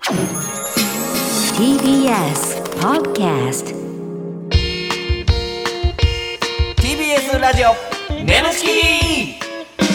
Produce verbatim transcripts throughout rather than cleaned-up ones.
ティービーエス Podcast ティービーエス ラジオネムチキ。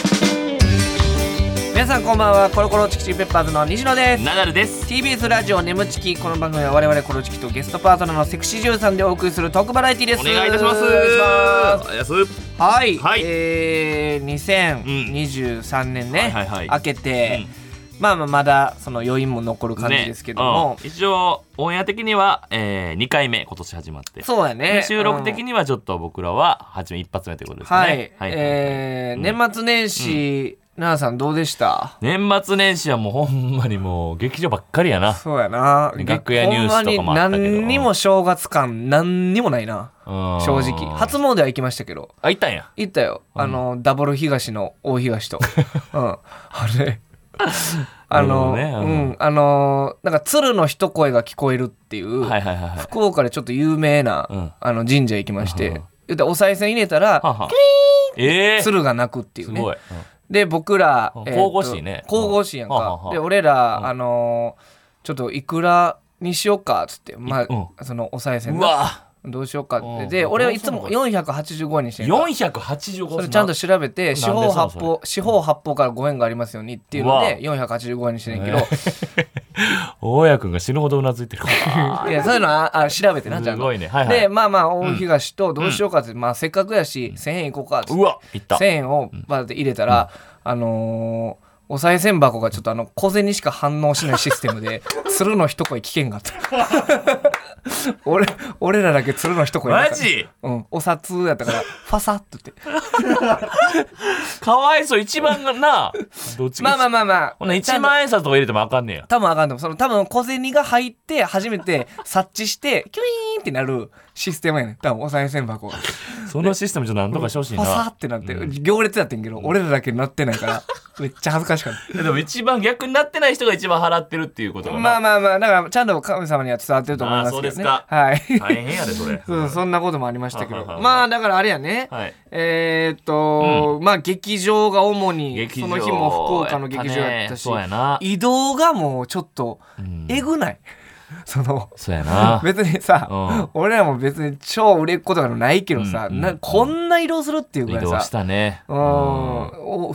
皆さんこんばんは。コロコロチキチキペッパーズの西野です。 ナダルです。 ティービーエス ラジオネムチキ。この番組は我々コロチキとゲストパートナーのセクシー女優さんでお送りするトークバラエティです。 お願いいたします。 お願いします。 おやす。 はい、 はい、 えー、にせんにじゅうさんねんね、 はいはいはい、 明けて、 うん、 まあまあまだその余韻も残る感じですけども、 ね、うん、一応オンエア的には、えー、にかいめ今年始まって、 そうやね、 収録的にはちょっと僕らは初め一発目ということですね。 はい、 はいはい、 えーうん、年末年始、うん、奈々さんどうでした？ 年末年始はもうほんまにもう劇場ばっかりやな。 そうやな、 楽屋ニュースとかもあったけど、 何にも正月感何にもないな、正直。初詣は行きましたけど。 あ、行ったんや。 行ったよ、あの、うん、ダブル東の大東とうん、あれあの、ね、うん、あのなんか鶴の一声が聞こえるっていう、はいはいはいはい、福岡でちょっと有名な、うん、あの神社行きまして、うん、言ったらお賽銭入れたらキュリーン、えー、鶴が鳴くっていうね。すごい、うん、で僕ら、 神々しいね、 神々しいやんか、はははで俺ら、うん、あのちょっといくらにしようかっつって、まあ、うん、そのお賽銭うわどうしようかってで、俺はいつもよんひゃくはちじゅうごえんにしてる。 よんひゃくはちじゅうごえん、 それちゃんと調べて、四方八方四方八方からごえんがありますようにっていうのでよんひゃくはちじゅうごえんにしてるんけど、 大家君が死ぬほどうなずいてるいやそういうのはあ調べてな、ちゃんと。すごいね、はいはい、でまあまあ大東とどうしようかって、うん、まあせっかくやしせんえんいこうかって、うわいったせんえんをバーって入れたら、うん、あのーお賽銭箱がちょっとあの小銭しか反応しないシステムで鶴の一声聞けんかった俺, 俺らだけ鶴の一声マジ、 うん、お札やったからファサッとってかわいそう。一番がなどっちまあまあまあまあほな一万円札とか入れてもあかんねや。 多分あかんでもその多分小銭が入って初めて察知してキュイーンってなるシステムやねん多分お賽銭箱がそのシステムちょっと何とかしてほしいな。 ファサッってなって、うん、行列やってんけど、うん、俺らだけなってないからめっちゃ恥ずかしかったでも一番逆になってない人が一番払ってるっていうことがまあまあまあだからちゃんと神様には伝わってると思いますけどね。あ、そうですか。はい。 大変やでそれそうそんなこともありましたけどまあだからあれやね、はい、えー、っと、うん、まあ劇場が主にその日も福岡の劇場やったし、 そうやな、 移動がもうちょっとえぐない、うん、そのそうやな別にさ、うん、俺らも別に超売れっ子とかないけどさ、うんうん、なこんな移動するっていうぐらいさ移動したね、 うん、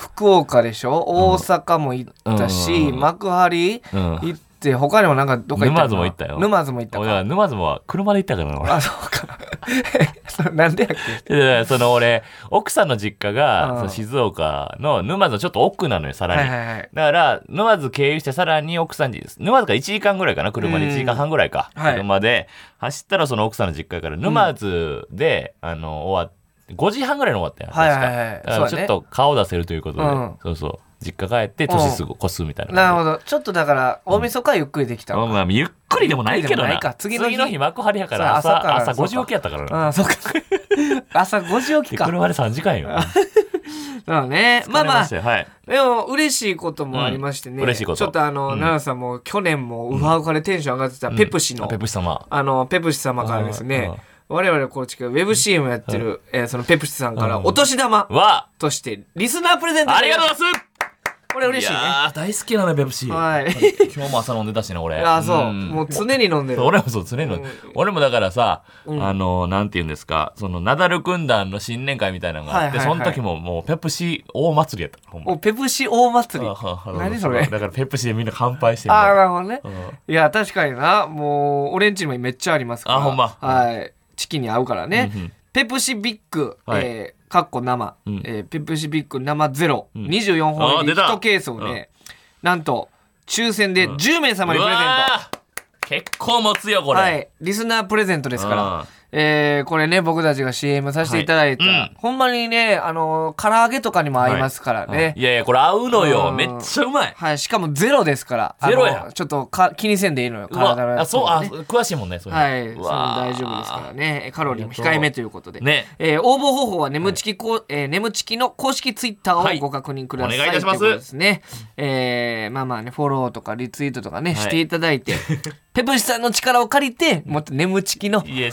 福岡でしょ、大阪も行ったし、うん、幕張行って他にもなんかどっか行った沼津も行ったよ。 沼津も行ったか。 沼津も車で行ったからな俺。 あ、そうかなんでやっけその俺奥さんの実家が、うん、静岡の沼津のちょっと奥なのよさらに、はいはいはい、だから沼津経由してさらに奥さんに沼津からいちじかんぐらいかな車でいちじかんはんぐらいか、はい、車で走ったらその奥さんの実家から沼津で、うん、あの終わってごじはんぐらいに終わったよ、はいはいはい、だからちょっと顔出せるということで、うん、そうそう実家帰って年すぐ越すみたいな。 なるほど。ちょっとだから大晦日はゆっくりできた、 うんまあ、ゆっくりでもないけどな。次の日、次の日幕張やから朝、朝、朝ごじ起きやったからな。 ああそうか朝ごじ起きか。 車でさんじかんよそうね。まあまあ、 はい、 でも嬉しいこともありましてね、うん、 嬉しいことちょっとあの、うん、奈々さんも去年もウハウハでテンション上がってたペプシの、 うん、ペプシ様あのペプシ様からですね、我々こっちがウェブ シーエム やってる、うんえー、そのペプシさんからお年玉としてリスナープレゼント、 ありがとうございます。 これ嬉しいね。いや大好きなのペプシー、はい、今日も朝飲んでたしね俺。 あそう、うん、もう常に飲んでる。 俺もそう常に飲んでる、うん、俺もだからさ、うん、あのなんて言うんですかそのナダル軍団の新年会みたいなのがあって、はいはいはい、その時ももうペプシー大祭りやった。ほんまおペプシー大祭り何それ。 だからペプシーでみんな乾杯してる。 あなるほどね、うん、いや確かになもう俺んちにもめっちゃありますから。 あほんまはいチキンに合うからね、うんうん、ペプシビッグ、はいえー、かっこ生、うんえー、ペプシビッグ生ゼロ、うん、にじゅうよんほん入りいちケースをね、うん、なんと抽選でじゅうめい様にプレゼント、 うん、結構持つよこれ。 はいリスナープレゼントですから、えー、これね僕たちが シーエム させていただいた、はいうん、ほんまにねあの唐揚げとかにも合いますからね、はいはい、 いやいやこれ合うのよ、うん、めっちゃうまい。 はいしかもゼロですからゼロやちょっとか気にせんでいいのよ体のやつ、ね、 あそうあ詳しいもんねそれはいそれも大丈夫ですからねカロリーも控えめということで、ねえー、応募方法は眠ちきこ、はいえー、眠ちきの公式ツイッターをご確認ください、 はい、お願いいたします。 ということですね、えー、まあまあねフォローとかリツイートとかね、はい、していただいてペプシさんの力を借りてもっと眠ちきのアカ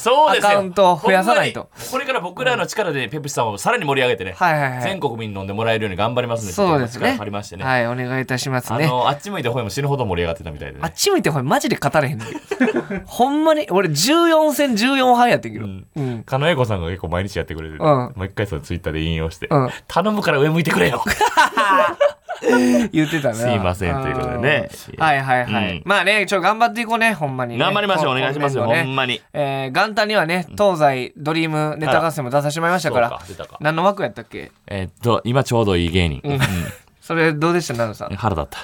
カウントを増やさないと。 これから僕らの力でペプシさんをさらに盛り上げてね、はいはいはい、全国民に飲んでもらえるように頑張りますので、 そうですね、 力借りましてね、 はい、お願いいたしますね。 あのあっち向いてほいも死ぬほど盛り上がってたみたいで、ね、 あっち向いてほいマジで語れへんねんほんまに俺じゅうよんせんじゅうよんはいやってんけど、うんうん、 狩野英孝さんが結構毎日やってくれて、ね、うん、毎回そのツイッターで引用して、うん、頼むから上向いてくれよ言ってたね。 すいませんということでね。 はいはいはい、うん、まあね、ちょっと頑張っていこうね、ほんまに、ね、 頑張りましょう、お願いしますよ、ね、ほんまに。 えー、元旦にはね、東西ドリームネタ合戦も出させてもらいましたから、何の枠やったっけ？ えー、っと今ちょうどいい芸人、うんうん、 それどうでした奈々さん？ 腹立った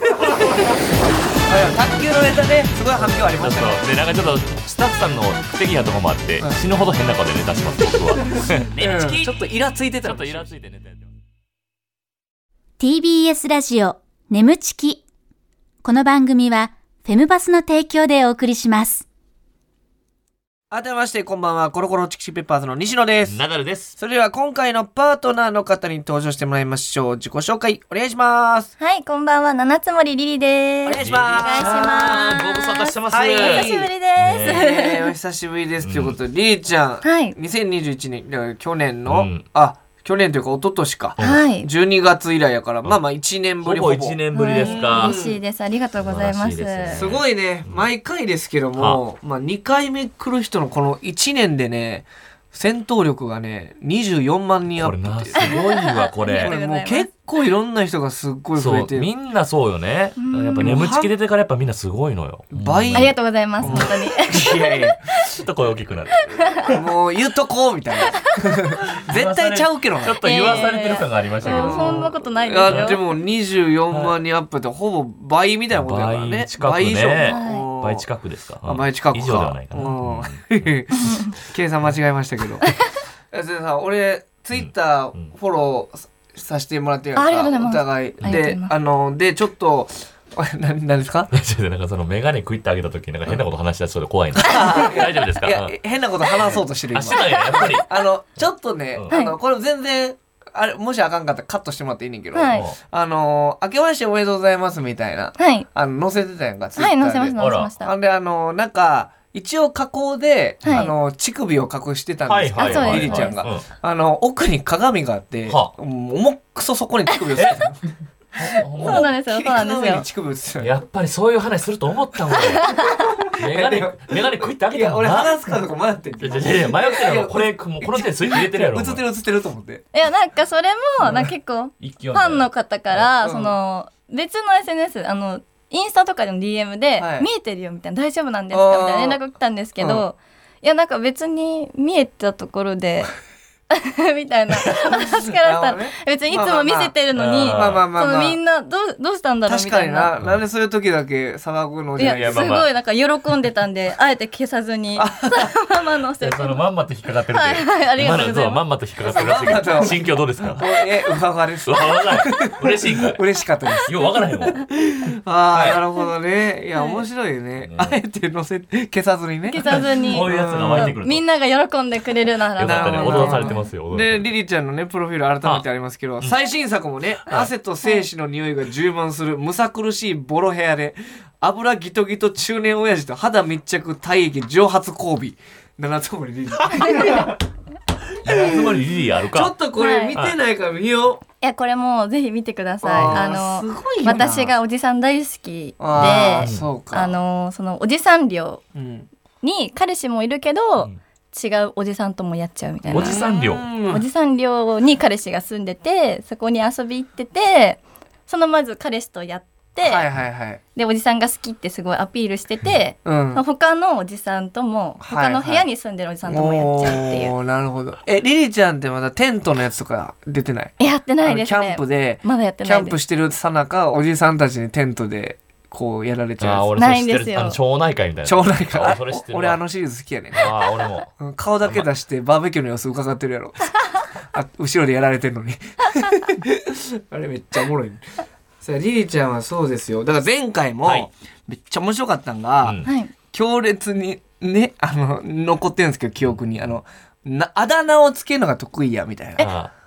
卓球のネタね、すごい反響ありましたね。 でなんかちょっとスタッフさんの不手際とかもあって、うん、死ぬほど変な顔でネタします僕はうん、ちょっとイラついてた、 ちょっとイラついてネタやってます。 ティービーエス ラジオ眠ちき。この番組はフェムバスの提供でお送りします。 改めましてこんばんは、コロコロチキチキペッパーズの西野です。 ナダルです。 それでは今回のパートナーの方に登場してもらいましょう。自己紹介お願いします。 はい、こんばんは、七つ森リリです。 お願いします。 お願いします。 ご無沙汰してます、 はい、お久しぶりです、 えー、お久しぶりです、うん、ということでリリちゃん、はい、にせんにじゅういちねんだから去年の、うん、あ去年というか一昨年か、はい、じゅうにがつ以来やから、まあまあいちねんぶり、 ほぼいちねんぶりですか、 はい、嬉しいです、ありがとうございます。 すごいね、毎回ですけども、まあ、にかいめ来る人のこのいちねんでね、戦闘力がねにじゅうよんまんにんアップって、 すごいわこれ。 これもう結構いろんな人がすっごい増えてる。 みんなそうよね。やっぱ眠ちき出てからやっぱみんなすごいのよ。 倍。 ありがとうございます、本当に。 いやいや、 ちょっと声大きくなる。 もう言うとこうみたいな。絶対ちゃうけど。 ちょっと言わされてる感がありましたけど。 えー、そんなことないですよ。 いやでもにじゅうよんまんにんアップってほぼ倍みたいなことだからね。 倍近くね。倍以上。はい倍近くですか。 あ、倍近くか。 以上ではないかな。 計算間違えましたけど。さ俺ツイッターフォローさせてもらってるやんか、お互いで、あのでちょっと何ですか？ なんかそのメガネ食いってあげた時なんか変なこと話し出しそうで怖いんです。大丈夫ですか？ いや変なこと話そうとしてる今。 あ、やっぱり。 あのちょっとね、あのこれ全然あれもしあかんかったらカットしてもらっていいねんけど、はい、あの明けましておめでとうございますみたいな、はい、あの載せてたやんかツイッターで。 はい、載せました載せました。 あれあのなんか。一応加工で、はい、あの乳首を隠してたんですけど、はいはい、リリちゃんが、はいはい、あの奥に鏡があって、はあ、重くそそこに乳首をつけた。 そうなんですよ、そうなんですよ。やっぱりそういう話すると思ったもん。メガネメガネ食いってあげたの。 俺話すかどこ迷ってん。 いやいや迷ってるの。これもうこの手スイッチ入れてるやろ。 映ってる映ってると思って。 いやなんかそれもなんか結構ファンの方からその別の エスエヌエス あの。インスタとかでの ディーエム で、はい、見えてるよみたいな大丈夫なんですかみたいな連絡が来たんですけど、うん、いやなんか別に見えたところでみたいな私からしたら別にいつも見せてるのにみんなどう、どうしたんだろうみたいな。 確かにな、なんでそういう時だけ騒ぐのじゃない。 いやすごいなんか喜んでたんであえて消さずにそのまま乗せて、 そのまんまと引っかかってるって、 はいはい、ありがとうございます。 まんまと引っかかってるらしいけど心境どうですか？ えうわがです。 嬉しいんかい。 嬉しかったです。 ようわからへんもん。 ああなるほどね。いや面白いよね。あえて乗せて消さずにね。 消さずに。 こういうやつが湧いてくる。 みんなが喜んでくれるなら。 よかったね。踊らされてますよ。 でリリちゃんのねプロフィール改めてありますけど、最新作もね、汗と精子の匂いが充満するむさ苦しいボロヘアで油ギトギト中年親父と肌密着体液蒸発交尾七つ森リリ七つ森リリあるか。 ちょっとこれ見てないから見よう。 いやこれもぜひ見てください。あの私がおじさん大好きで、あのそのおじさん寮に彼氏もいるけど、うん違うおじさんともやっちゃうみたいな。 おじさん寮おじさん寮に彼氏が住んでてそこに遊び行っててそのまず彼氏とやって、はいはいはい、でおじさんが好きってすごいアピールしてて、うん、他のおじさんとも他の部屋に住んでるおじさんともやっちゃうっていう、はいはい、 なるほど。えリリちゃんってまだテントのやつとか出てない？ やってないですね。 キャンプでまだやってないです。 キャンプしてるさなかおじさんたちにテントでこうやられちゃう。 ないんですよ。 あの町内会みたいな。 町内会。俺あのシリーズ好きやねん。 あ俺も。 顔だけ出してバーベキューの様子伺ってるやろ。あ後ろでやられてんのに。あれめっちゃおもろい、ね。さあリリちゃんはそうですよ。だから前回もめっちゃ面白かったんが、はい、強烈にねあの残ってるんですけど記憶にあのなあだ名をつけるのが得意やみたいな。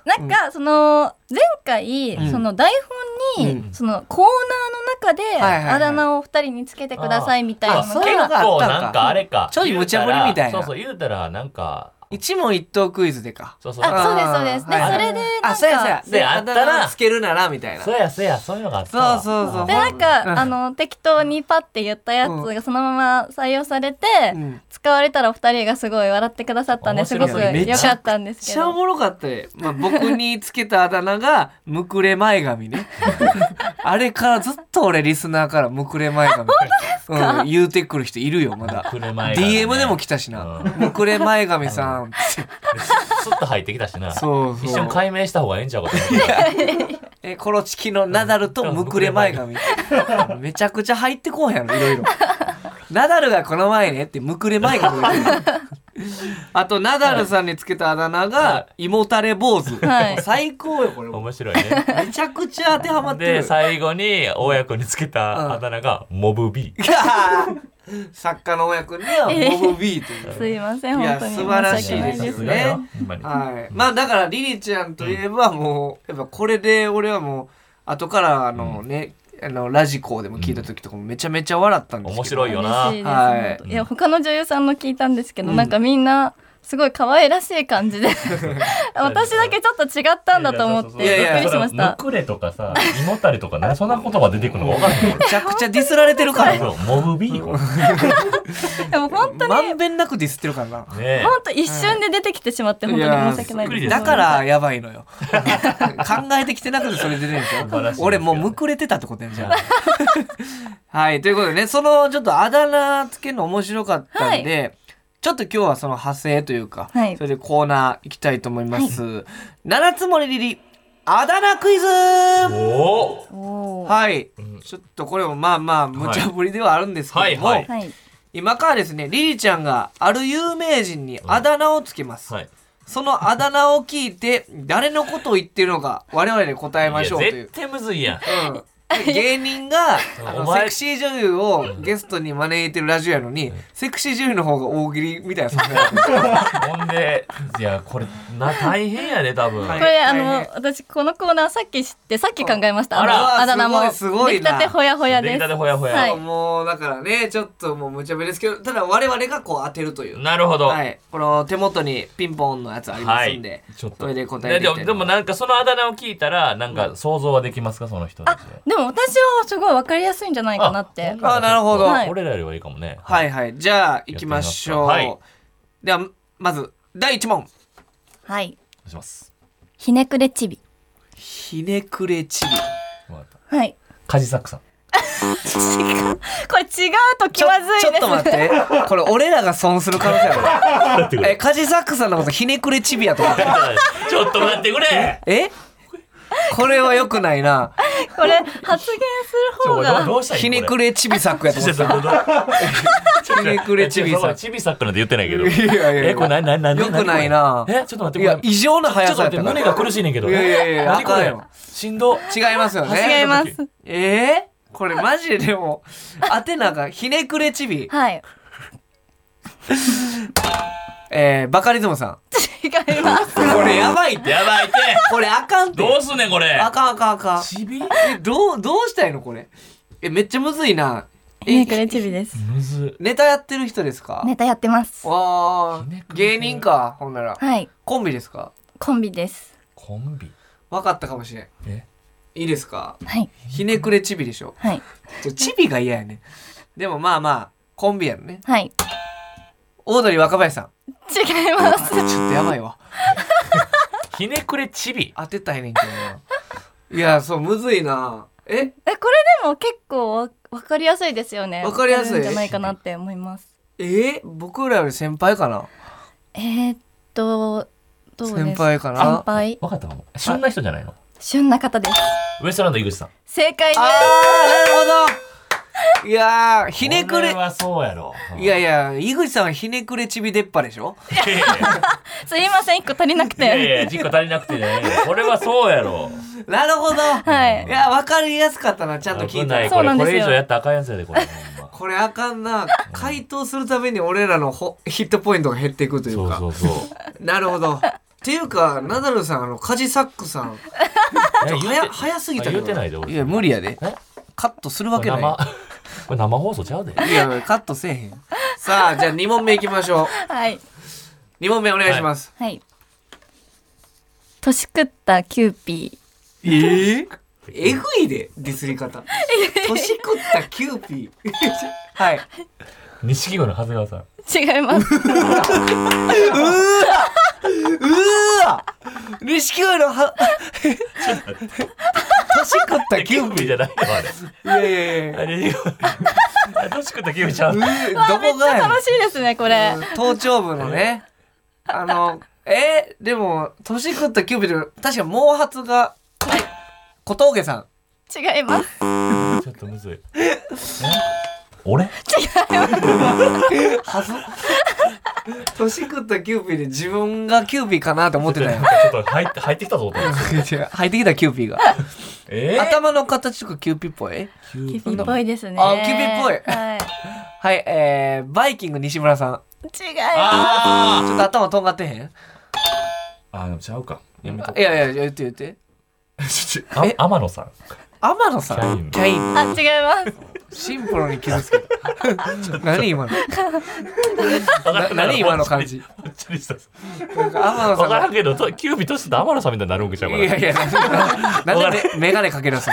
なんかその前回、うん、その台本に、うん、そのコーナーの中であだ名をふたりにつけてくださいみたいなのが、 結構なんかあれかちょい無茶ぶりみたいな。 そうそう言うたらなんか一問一答クイズでか。 そうそう。あ、そうですそうです。で、それでなんか、 あ、そうやそうや。 で、あったらつけるならみたいな。 そうやそうや、そういうのがあった。 そうそうそう。 で、なんかあの適当にパッて言ったやつがそのまま採用されて、使われたらお二人がすごい笑ってくださったんですごく良かったんですけど。 めっちゃおもろかったよ。まあ僕につけたあだ名がむくれ前髪ね。あれからずっと俺リスナーからむくれ前髪。うん、言うてくる人いるよまだ。ディーエム でも来たしな。むくれ前髪さん。 スッと入ってきたしな。 そうそう。 一緒に解明した方がええんちゃうかと思って。 え、コロチキのナダルとむくれ前髪。めちゃくちゃ入ってこうやろいろいろ。ナダルがこの前ねってむくれ前髪。あとナダルさんにつけたあだ名が胃もたれ坊主、はい、最高よこれ。 面白いね。 めちゃくちゃ当てはまってる。 で最後に親子につけたあだ名がモブ B。 作家の親子にはモブ B という、えー、 すいません。 いや素晴らしいですね。はい。まあだからリリちゃんといえばもう、うん、やっぱこれで俺はもう後からあのね、うん、あのラジコでも聞いた時とかもめちゃめちゃ笑ったんですけど、 面白いよな。 はい。いや他の女優さんの聞いたんですけど、うん、なんかみんなすごい可愛らしい感じで私だけちょっと違ったんだと思ってびっくりしました。 むくれとかさ、胃もたれとかね、そんな言葉出てくるのが分からない。 めちゃくちゃディスられてるからよ。モブビーよ。 でも本当にまんべんなくディスってるからな。 ね、本当一瞬で出てきてしまって本当に申し訳ないです。 だからやばいのよ。考えてきてなくてそれ出てるんでしょ。俺もうむくれてたってことやんじゃん。はい、ということでね、そのちょっとあだ名つけるの面白かったんで。はい、ちょっと今日はその派生というか、はい、それでコーナー行きたいと思います。はい、七つ森リリあだ名クイズ。おはい、うん、ちょっとこれもまあまあ無茶ぶりではあるんですけども、はいはいはい、今からですねリリちゃんがある有名人にあだ名をつけます。はい、そのあだ名を聞いて誰のことを言ってるのか我々で答えましょうという。 絶対むずいやん。うん芸人があのセクシー女優をゲストに招いてるラジオやのに、セクシー女優の方が大喜利みたいなさほんでいやこれな大変やで多分。 これあの私このコーナーさっき知ってさっき考えました。あらあだ名もすごいな。 出来たてほやほやです。 出来たてほやほや、はい、 もうだからねちょっともう無茶ぶりですけど、ただ我々がこう当てるという。 なるほど、 はい、この手元にピンポンのやつありますんで、はい、ちょっとそれで答えていきたいと思います。 でもなんかそのあだ名を聞いたらなんか想像はできますかその人たちで。 でも私はすごい分かりやすいんじゃないかなって。 ああなるほど、 はい、俺らよりはいいかもね。 はいはい、じゃあ行きましょう。はい、ではまずだいいち問。 はい、 お願いします。 ひねくれちび。 ひねくれちび。 はい。 カジサックさん。 違う、これ違うと気まずいです。 ちょっと待って、これ俺らが損する可能性ある。え、カジサックさんのことひねくれちびやと思ってちょっと待ってくれ。 えこれは良くないな。 これ発言する方がひねくれちびサックやと思ってた。ひねくれちびサック。 ちびサックなんて言ってないけど。 いやいやえ、これ何何何？ 良くないな。 え、ちょっと待って。 いや異常な速さやった。 胸が苦しいねんけど。 いやいやいや、 何これ。しんど。 違いますよね。 違います。 えー？これマジででも当てながひねくれちび。 はい。 えー、バカリズムさん。 違います。 これやばいって。 やばいって。 これあかんって。 どうすんねんこれ。 あかんあかんあかん。 ちび？ え、どうどうしたいのこれ。え、めっちゃむずいな。 ひねくれちびです。 むず。 ネタやってる人ですか？ ネタやってます。 わあ、芸人か。ほんなら。 はい。 コンビですか？ コンビです。 コンビ。 わかったかもしれん。 え？ いいですか？ はい。 ひねくれちびでしょ。 はい。 ちょちびが嫌やね。でもまあまあコンビやるね。 はい。 オードリー若林さん。 違います。 ちょっとやばいわ。 ひねくれちび。 当てたいねんけどな。いやそうむずいな。え？えこれでも結構わかりやすいですよね。 わかりやすいんじゃないかなって思います。 えー、僕らより先輩かな。 えー、っとどうですか？ 先輩かな。 先輩。 わかったかも。旬な人じゃないの？ 旬な方です。 ウエストランド井口さん。 正解です。 あーなるほど。いやーひねくれ。 これはそうやろ。 いやいや井口さんはひねくれちび出っ歯でしょ。 すいません一個足りなくて。 いやいや一個足りなくてね。これはそうやろ。 なるほど。 はい。 いや分かりやすかったなちゃんと聞いたら。 そうなんですよ。これ以上やったらあかんやつやでこれ。 これあかんな。回答するために俺らのヒットポイントが減っていくというか。 そうそうそう。 なるほど。 っていうかナダルさんあのカジサックさん早早すぎたけど。 言ってないで俺。 いや無理やで。カットするわけない。 これ生放送ちゃうで。 いやカットせえへん。さあじゃあに問目いきましょう。はい。 に問目お願いします。 はい。年食ったキューピー。えー、えぐいでディスり方。年食ったキューピー。はい。 錦鯉の長谷川さん。 違います。うーわうわ錦鯉のは年食ったキューピーじゃないよあれ。いやいやいや。 あれ年食ったキューピーちゃう。どこがや。楽しいですねこれ。 頭頂部のね。あのえー、でも年食ったキューピーって確か毛髪が小峠さん。 違います。 ちょっとむずい。俺？違います。年食ったキューピーで自分がキューピーかなと思ってたよ。 ちょっと入って入ってきたぞと思って。 入ってきたキューピーが。えー、頭の形とかキューピーっぽい？ キューピーっぽいですね。 あ、キューピーっぽい。 はい。 はい、えー、バイキング西村さん。 違います。ちょっと頭とんがってへん？ あ、でもちゃうか。やめといやいや言って言って。 え、天野さん。 天野さん。キャイン。 あ、違います。 シンプルに傷つけた。何今の？何今の感じ？天野さん。 分からんけど、キューピーとして天野さんみたいになるんちゃうかな。 いやいや、なんでメガネかけるすの？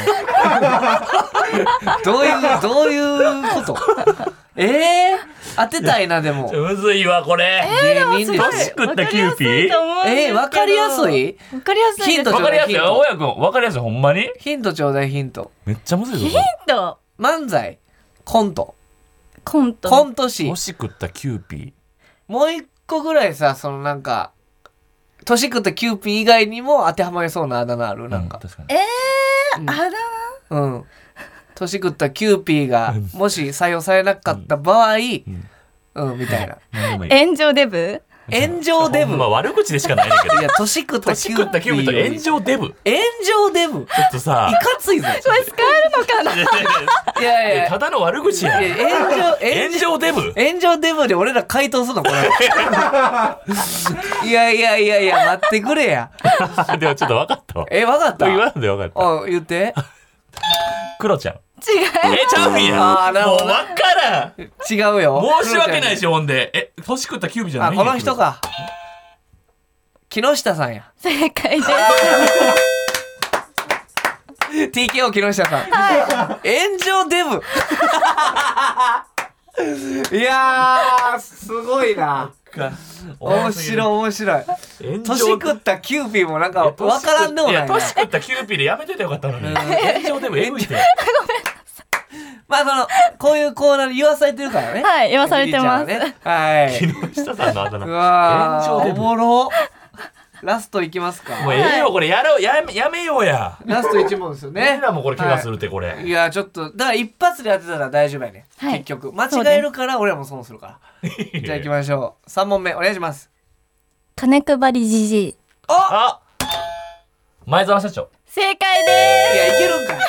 どういうどういうこと？えー、当てたいなでも。 むずいわこれ。 芸人で年食ったキューピー？ えー、わかりやすい？ わかりやすい。 ヒントちょうだい。 わかりやすい。大家君わかりやすいほんまに？ ヒントちょうだいヒント。 めっちゃむずいぞ。 ヒント。 漫才コントコントコント師。 年食ったキューピー。 もう一個ぐらいさそのなんか年食ったキューピー以外にも当てはまりそうなあだ名あるなんか。 確かに。 えー、あだ名？ うん。年食ったキューピーがもし採用されなかった場合、うん、うん、みたいな。 炎上デブ？ 炎上デブ。 まあ悪口でしかないんだけど。 いや年食ったキューピーと炎上デブ。 炎上デブ。 ちょっとさ。 いかついぞ。 これ使えるのかな。 いやいや。 ただの悪口や。 いや炎上炎上デブ。 炎上デブで俺ら回答するのこれ。いやいやいやいや待ってくれや。 でもちょっと分かったわ。 え分かった。 言わんで分かった。 あ言って。 クロちゃん。 違う。 えちゃうんや。あなるほど。もう分からん。 違うよ。 申し訳ないしほんで。え年食ったキューピーじゃない。 あこの人か。木下さんや。 正解です。 ティーケーオー 木下さん。はい、炎上デブ。いやーすごいな。面白い面白い。年食ったキューピーもなんか分からんでもないな。 年食ったキューピーでやめといてよかったのに。炎上デブえぐいて。ごめんなさい。 まあそのこういうコーナーで言わされてるからね。 はい言わされてます。 ね、はい。 木下さんのあだ名。 うわーおもろ。ラストいきますか。 もうええよこれやろうやめやめようや。 ラストいち問ですよね。 俺らもこれ怪我するってこれ。 いやちょっとだから一発で当てたら大丈夫やね。結局間違えるから俺らも損するから。じゃあ行きましょう。さん問目お願いします。 金配りじじい。 あ前澤社長。 正解です。 いやいけるんかい。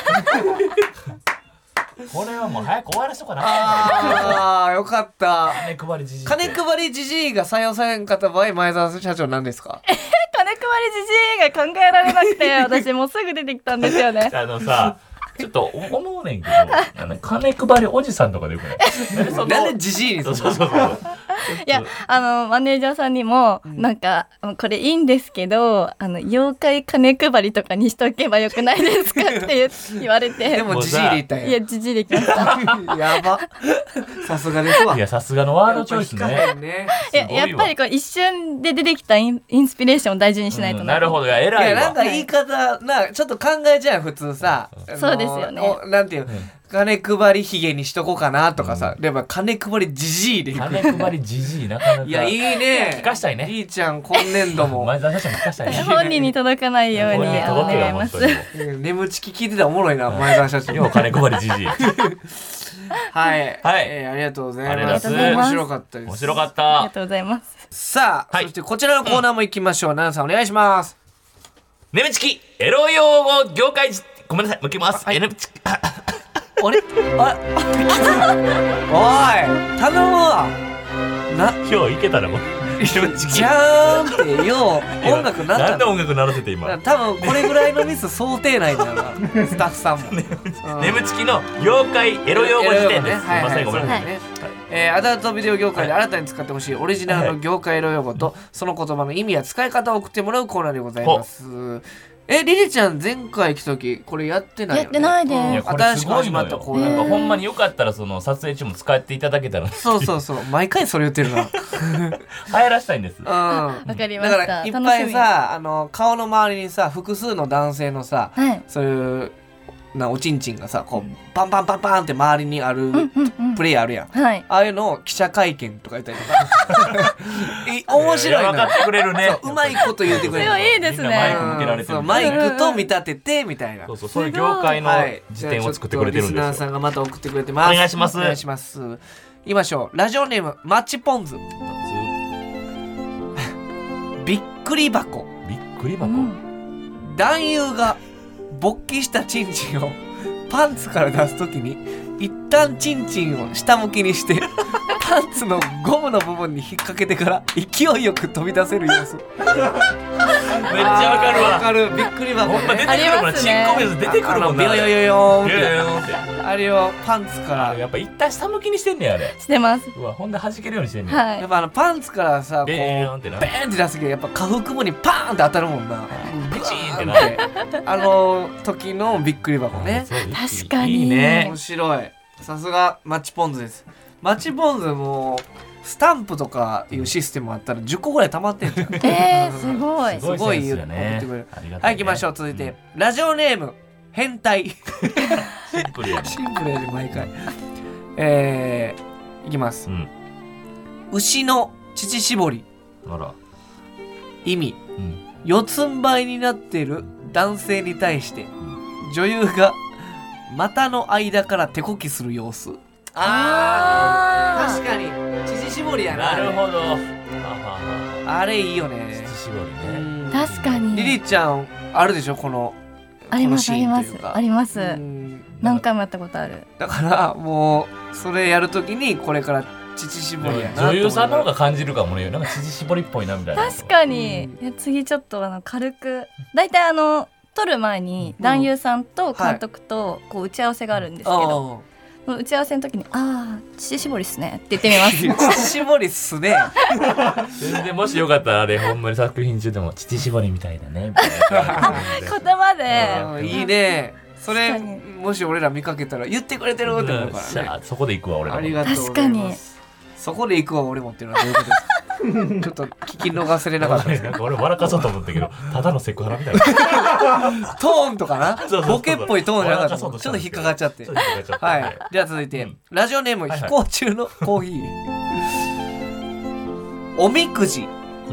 これはもう早く終わらしとかな。 ああよかった。 金配りじじい。 金配りじじいが採用されんかった場合前澤社長なんですか。 金配りじじいが考えられなくて私もうすぐ出てきたんですよね。 あのさちょっと思うねんけどあの金配りおじさんとかでよくない。 なんでじじいにするの。 そうそうそう。 いやあのマネージャーさんにも、うん、なんかこれいいんですけどあの妖怪金配りとかにしとけばよくないですかって言われて。 でもじじいで言ったんや。 いやじじいで言ったやば。さすがですわ。 いやさすがのワードチョイスね。 いややっぱりこう一瞬で出てきたイン、インスピレーションを大事にしないと、うん、 なるほど。いや偉いわ。 いやなんか言い方なちょっと考えちゃう普通さ。 そうですよね。 なんていう、うん、金配りひげにしとこうかなとかさ、うん、でも金配りじじいで金配りじじいなかなか。 いやいいね。 聞かしたいね。 いいちゃん今年度も。 前澤社長も聞かしたいね。 本人に届かないようにお願いします。 眠ちき聞いてたらおもろいな前澤社長。 よう金配りじじい。 はい、 はいえー、ありがとうございます。 ありがとうございます。 面白かったです。 面白かった。 ありがとうございます。 さあ、はい、そしてこちらのコーナーも行きましょう。奈々さんお願いします。 眠ちきエロ用語業界じごめんなさい向きます。はい、眠ちきあれあおい頼むわな。 今日いけたらもうじゃーんってよう音楽なった。 なんで音楽鳴らせて今。 多分これぐらいのミス想定内だよなスタッフさんも。 眠ちきの妖怪エロ用語辞典です。すいませんごめんなさいね。 えー、アダルトビデオ業界で新たに使ってほしいオリジナルの業界エロ用語とその言葉の意味や使い方を送ってもらうコーナーでございます。え、リリちゃん前回来た時これやってないよね。 やってないです。 いやこれ新しく始まったコーナー。 なんかほんまによかったらその撮影中も使っていただけたら。 そうそうそう。毎回それ言ってるな。 流行らしたいんです。うん。 わかりました。 だからいっぱいさ、あの顔の周りにさ複数の男性のさ、はい、そういうなおちんちんがさこうパンパンパンパンって周りにあるプレイあるやん、はい、ああいうのを記者会見とか言ったりとか面白いの。 分かってくれるね。 うまいこと言ってくれる。 いいですね。 マイク向けられてる。 マイクと見立ててみたいな。 そうそうそういう業界の辞典を作ってくれてるんですよ。リスナーさんがまた送ってくれてます。 お願いします。 お願いします。言いましょう。ラジオネームマッチポンズ。びっくり箱。 びっくり箱。 男優が勃起したチンチンをパンツから出すときに一旦チンチンを下向きにしてパンツのゴムの部分に引っ掛けてから勢いよく飛び出せる様子。めっちゃわかるわ。 わかる。びっくり箱、ね、 ほんま出てくるもん。チンコ水出てくるもんな。 ビヨヨヨヨーンってあれをパンツからやっぱ一旦下向きにしてんねんあれ。 してます。 うわほんで弾けるようにしてんねん、 はい、やっぱあのパンツからさこうベーンってなベーンって出すけどやっぱ下腹部にパーンって当たるもんな。 ピチーンってなってあの時のびっくり箱ね。 確かにいいね。 面白い。さすがマッチポンズです。マッチポンズもスタンプとかいうシステムあったらじゅっこぐらい溜まってんじゃん。 えー、すごいすごい言ってくれる。はい、行きましょう。続いて、うん、ラジオネーム変態。シンプルやね。 シンプルやね毎回。えー、いきます、うん、牛の乳搾り。 あら意味、うん、四つん這いになっている男性に対して、うん、女優が股の間から手こきする様子。あー確かに乳搾りやな。 なるほど。 あれいいよね。 乳搾りね。 確かに。 リリちゃんあるでしょこの。 ありますありますあります。何回もやったことある。 だからもうそれやるときにこれから乳搾りやな。 女優さんの方が感じるかもね。なんか乳搾りっぽいなみたいな。 確かに。いや次ちょっとあの軽くだいたいあの撮る前に男優さんと監督とこう打ち合わせがあるんですけど、うんはい、打ち合わせの時にあー乳搾りっすねって言ってみます。 乳搾りっすね。 全然もしよかったらあれほんまに作品中でも乳搾りみたいだねみたいな言葉でいいね。それもし俺ら見かけたら言ってくれてるって思うからね。 そこで行くわ俺ら。 ありがとうございます。そこで行くわ俺もっていうのはどういうことですか。ちょっと聞き逃せれなかったです。 なんか俺笑かそうと思ったけどただのセクハラみたいなトーンとかなボケっぽいトーンじゃなかった。ちょっと引っかかっちゃって。はい。じゃあ続いて、うん、ラジオネーム、はいはい、飛行中のコーヒー。おみくじ、うん、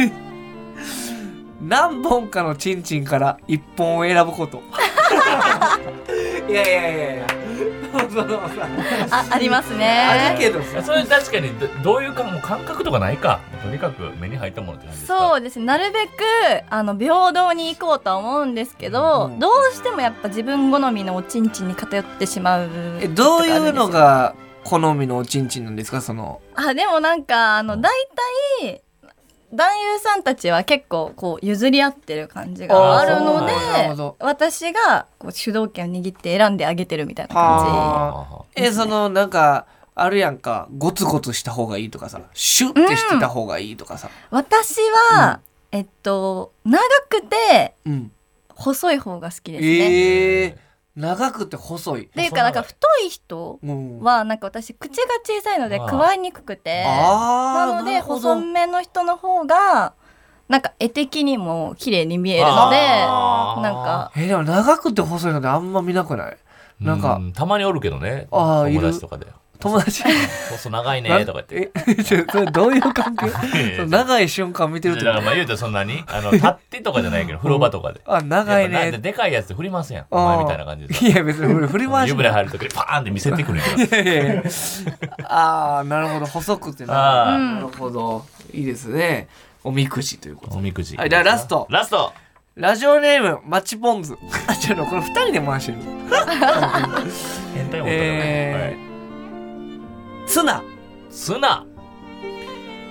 何本かのチンチンから一本を選ぶこと。いやいやいやいやあ, ありますね。 あるけどさ、 それ確かに ど, どういうかもう感覚とかないか。とにかく目に入ったものって感じですか。 そうですね。なるべくあの平等に行こうとは思うんですけど、うん、どうしてもやっぱ自分好みのおちんちんに偏ってしまう。 えどういうのが好みのおちんちんなんですか。そのあでもなんかあのだいたい男優さんたちは結構こう譲り合ってる感じがあるので、私がこう主導権を握って選んであげてるみたいな感じ。えそのなんかあるやんか、ゴツゴツした方がいいとかさ、シュッてしてた方がいいとかさ。 うん、私は、うん、えっと長くて、うん、細い方が好きですね。 えー長くて細いっていうかなんか太い人はなんか私口が小さいのでくわえにくくて、なので細めの人の方がなんか絵的にも綺麗に見えるので、なんかえでも長くて細いのであんま見なくない？なんかたまにおるけどね、友達とかで友達細長いねとか言ってえそれどういう関係？長い瞬間見てるってだからまあ言うとそんなにあの立ってとかじゃないけど風呂場とかであ長いねでかいやつで振りますやんお前みたいな感じで。 いや別に振り回し湯船入るときにパーンって見せてくるいやいやいやああなるほど細くてななるほどいいですね。おみくじということ。 おみくじ。 はいじゃあラストラストラジオネームマッチポンズ。あちょっとこれふたりで回してる変態もんだからね。ツナツナ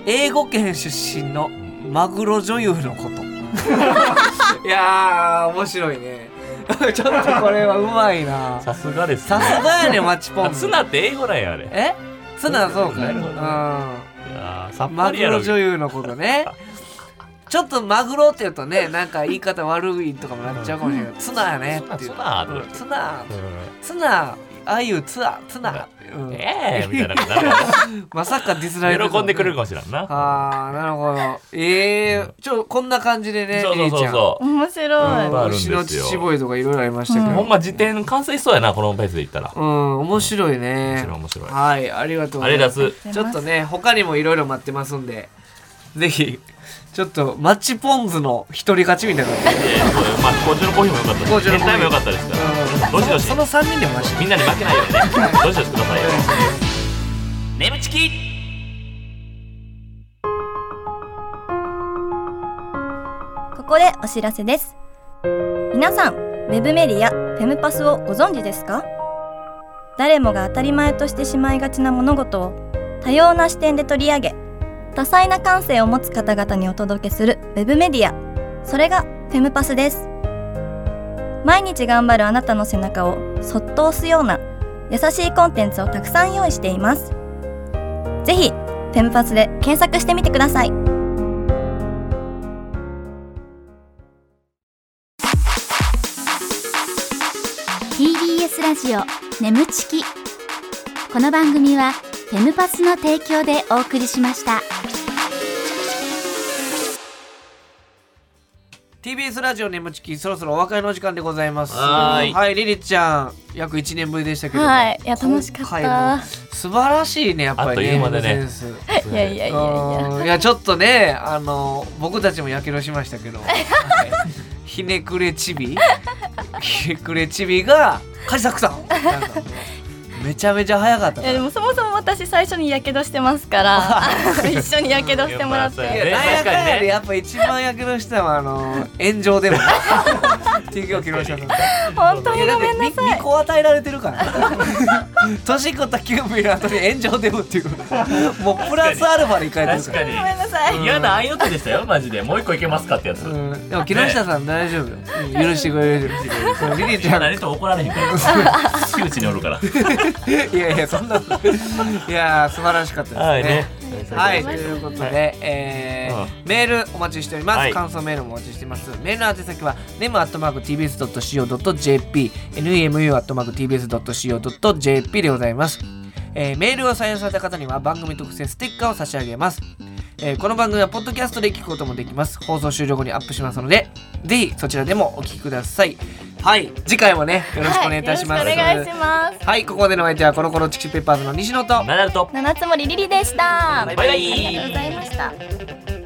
英語圏出身のマグロ女優のこといやー面白いねちょっとこれはうまいな。 さすがです、 ね、さすがやねマッチポンズ。 ツナって英語なんやあれ。 えツナそうか、 なるほど、うん、いやさっぱりやろ。 マグロ女優のことねちょっとマグロって言うとねなんか言い方悪いとかもなっちゃうかもしれないけど、ツナやねっていう。 ツナツナツナああいうツナツナうん、ええー、みたいななるまさかディスられる、 ね、喜んでくれるかもしれんな。 あーなるほど。ええー、ちょこんな感じでね。 そうそうそうそう面白い。 牛の乳ボイとかいろいろありましたけど、 うん、ほんま辞典完成しそうやなこのペースでいったら。 うん面白いね。 面白い面白い。 はいありがとうございます。 ありがとうございます。 ちょっとね他にもいろいろ待ってますんでぜひちょっとマッチポンズの一人勝ちみたいな感じで、 えー、まあこちらのコーヒーも良かったです。天体も良かったですから、うん、どしどしそのさんにんでもみんなに負けないようにねどしどしくださいよ眠ちき。 ここでお知らせです。皆さんウェブメディアフェムパスをご存知ですか？誰もが当たり前としてしまいがちな物事を多様な視点で取り上げ多彩な感性を持つ方々にお届けするウェブメディア、それがフェムパスです。毎日頑張るあなたの背中をそっと押すような優しいコンテンツをたくさん用意しています。ぜひフェムパスで検索してみてください。 ティービーエス ラジオ眠ちき。この番組はフェムパスの提供でお送りしました。 ティービーエス ラジオ眠ちきそろそろお別れの時間でございます。 はいはいリリちゃん約いちねんぶりでしたけど、 はいいや楽しかった。 素晴らしいねやっぱりね。 あっという間でね。 いやいやいやいやいやちょっとねあの僕たちもやけどしましたけどひねくれちびひねくれちびがカジサックさんめちゃめちゃ早かったから。 いやでもそもそも私最初にやけどしてますから一緒にやけどしてもらって。 いやなんやかんやでやっぱ一番やけどしたのはあの炎上でもティーキョー木下さん本当にごめんなさい。 にこ与えられてるから年食ったキューピーの後に炎上デブっていうもうプラスアルファでいかれてるから。 確かにごめんなさい。 嫌な愛の手でしたよマジで。もう一個いけますかってやつ、 うん、でも木下さん大丈夫よ、ね、許してくれるリリちゃん何と怒られへんから好きうちにおるからいやいやそんないや素晴らしかったですね。 はいねはいということで、はいえーうん、メールお待ちしております、はい、感想メールもお待ちしています。メールの宛先は ネム アットマーク ティービーエス ドット シーオー ドット ジェーピー ネム アットマーク ティービーエス ドット シーオー ドット ジェーピー でございます。えー、メールを採用された方には番組特製ステッカーを差し上げます。えー、この番組はポッドキャストで聞くこともできます。放送終了後にアップしますのでぜひそちらでもお聞きください。はい次回もねよろしくお願いいたします。 はい、よろしくお願いします。 はいここでのお相手はコロコロチキチペッパーズの西野とナダルと七つ森リリでした。 バイバイ。 ありがとうございました。